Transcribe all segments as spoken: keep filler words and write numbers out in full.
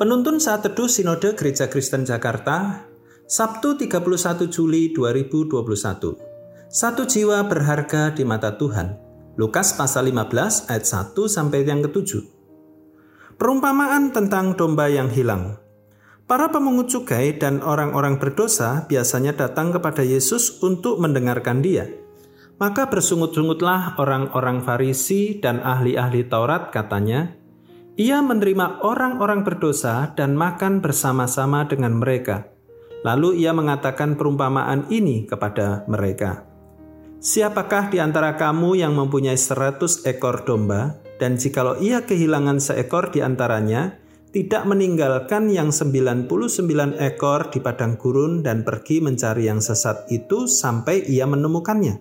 Penuntun Saat Teduh Sinode Gereja Kristen Jakarta, Sabtu tiga puluh satu Juli dua ribu dua puluh satu. Satu jiwa berharga di mata Tuhan. Lukas pasal lima belas ayat satu sampai yang ketujuh. Perumpamaan tentang domba yang hilang. Para pemungut cukai dan orang-orang berdosa biasanya datang kepada Yesus untuk mendengarkan Dia. Maka bersungut-sungutlah orang-orang Farisi dan ahli-ahli Taurat, katanya, Ia menerima orang-orang berdosa dan makan bersama-sama dengan mereka. Lalu ia mengatakan perumpamaan ini kepada mereka. Siapakah di antara kamu yang mempunyai seratus ekor domba, dan jikalau ia kehilangan seekor di antaranya, tidak meninggalkan yang sembilan puluh sembilan ekor di padang gurun dan pergi mencari yang sesat itu sampai ia menemukannya?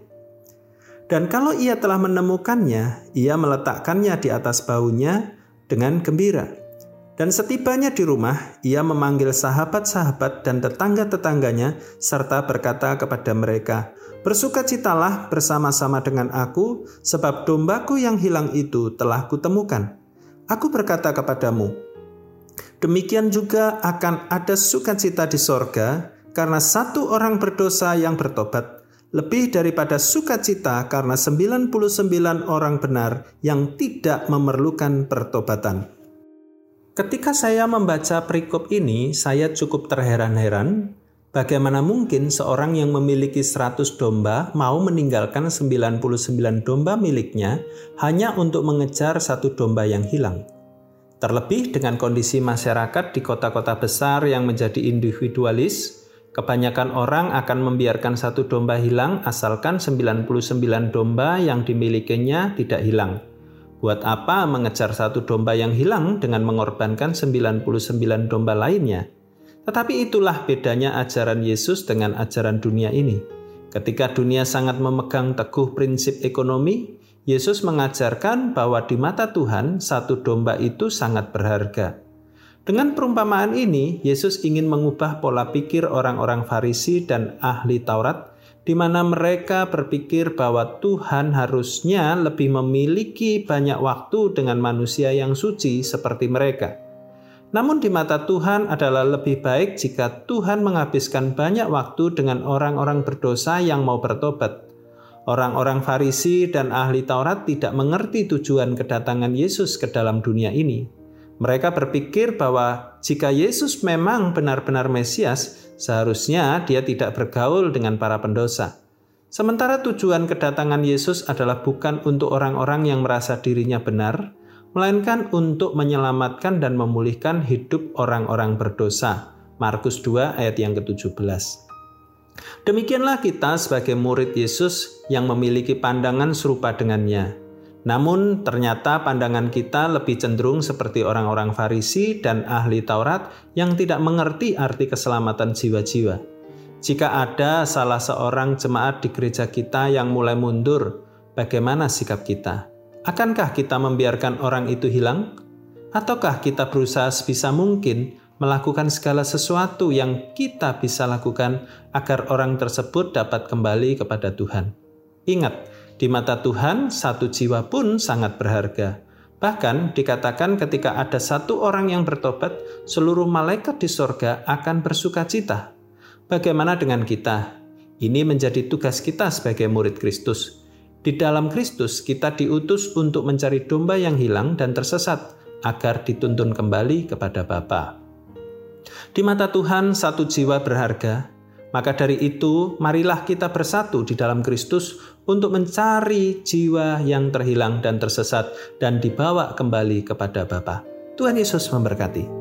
Dan kalau ia telah menemukannya, ia meletakkannya di atas bahunya dengan gembira. Dan setibanya di rumah, ia memanggil sahabat-sahabat dan tetangga-tetangganya serta berkata kepada mereka, Bersukacitalah bersama-sama dengan aku, sebab dombaku yang hilang itu telah kutemukan. Aku berkata kepadamu, demikian juga akan ada sukacita di sorga karena satu orang berdosa yang bertobat, lebih daripada sukacita karena sembilan puluh sembilan orang benar yang tidak memerlukan pertobatan. Ketika saya membaca perikop ini, saya cukup terheran-heran bagaimana mungkin seorang yang memiliki seratus domba mau meninggalkan sembilan puluh sembilan domba miliknya hanya untuk mengejar satu domba yang hilang. Terlebih dengan kondisi masyarakat di kota-kota besar yang menjadi individualis, kebanyakan orang akan membiarkan satu domba hilang asalkan sembilan puluh sembilan domba yang dimilikinya tidak hilang. Buat apa mengejar satu domba yang hilang dengan mengorbankan sembilan puluh sembilan domba lainnya? Tetapi itulah bedanya ajaran Yesus dengan ajaran dunia ini. Ketika dunia sangat memegang teguh prinsip ekonomi, Yesus mengajarkan bahwa di mata Tuhan satu domba itu sangat berharga. Dengan perumpamaan ini, Yesus ingin mengubah pola pikir orang-orang Farisi dan ahli Taurat, di mana mereka berpikir bahwa Tuhan harusnya lebih memiliki banyak waktu dengan manusia yang suci seperti mereka. Namun di mata Tuhan adalah lebih baik jika Tuhan menghabiskan banyak waktu dengan orang-orang berdosa yang mau bertobat. Orang-orang Farisi dan ahli Taurat tidak mengerti tujuan kedatangan Yesus ke dalam dunia ini. Mereka berpikir bahwa jika Yesus memang benar-benar Mesias, seharusnya dia tidak bergaul dengan para pendosa. Sementara tujuan kedatangan Yesus adalah bukan untuk orang-orang yang merasa dirinya benar, melainkan untuk menyelamatkan dan memulihkan hidup orang-orang berdosa. Markus dua ayat yang ketujuh belas. Demikianlah kita sebagai murid Yesus yang memiliki pandangan serupa dengannya. Namun ternyata pandangan kita lebih cenderung seperti orang-orang Farisi dan ahli Taurat yang tidak mengerti arti keselamatan jiwa-jiwa. Jika ada salah seorang jemaat di gereja kita yang mulai mundur, bagaimana sikap kita? Akankah kita membiarkan orang itu hilang? Ataukah kita berusaha sebisa mungkin melakukan segala sesuatu yang kita bisa lakukan agar orang tersebut dapat kembali kepada Tuhan? Ingat, di mata Tuhan, satu jiwa pun sangat berharga. Bahkan dikatakan ketika ada satu orang yang bertobat, seluruh malaikat di sorga akan bersukacita. Bagaimana dengan kita? Ini menjadi tugas kita sebagai murid Kristus. Di dalam Kristus, kita diutus untuk mencari domba yang hilang dan tersesat, agar dituntun kembali kepada Bapa. Di mata Tuhan, satu jiwa berharga. Maka dari itu, marilah kita bersatu di dalam Kristus untuk mencari jiwa yang terhilang dan tersesat dan dibawa kembali kepada Bapa. Tuhan Yesus memberkati.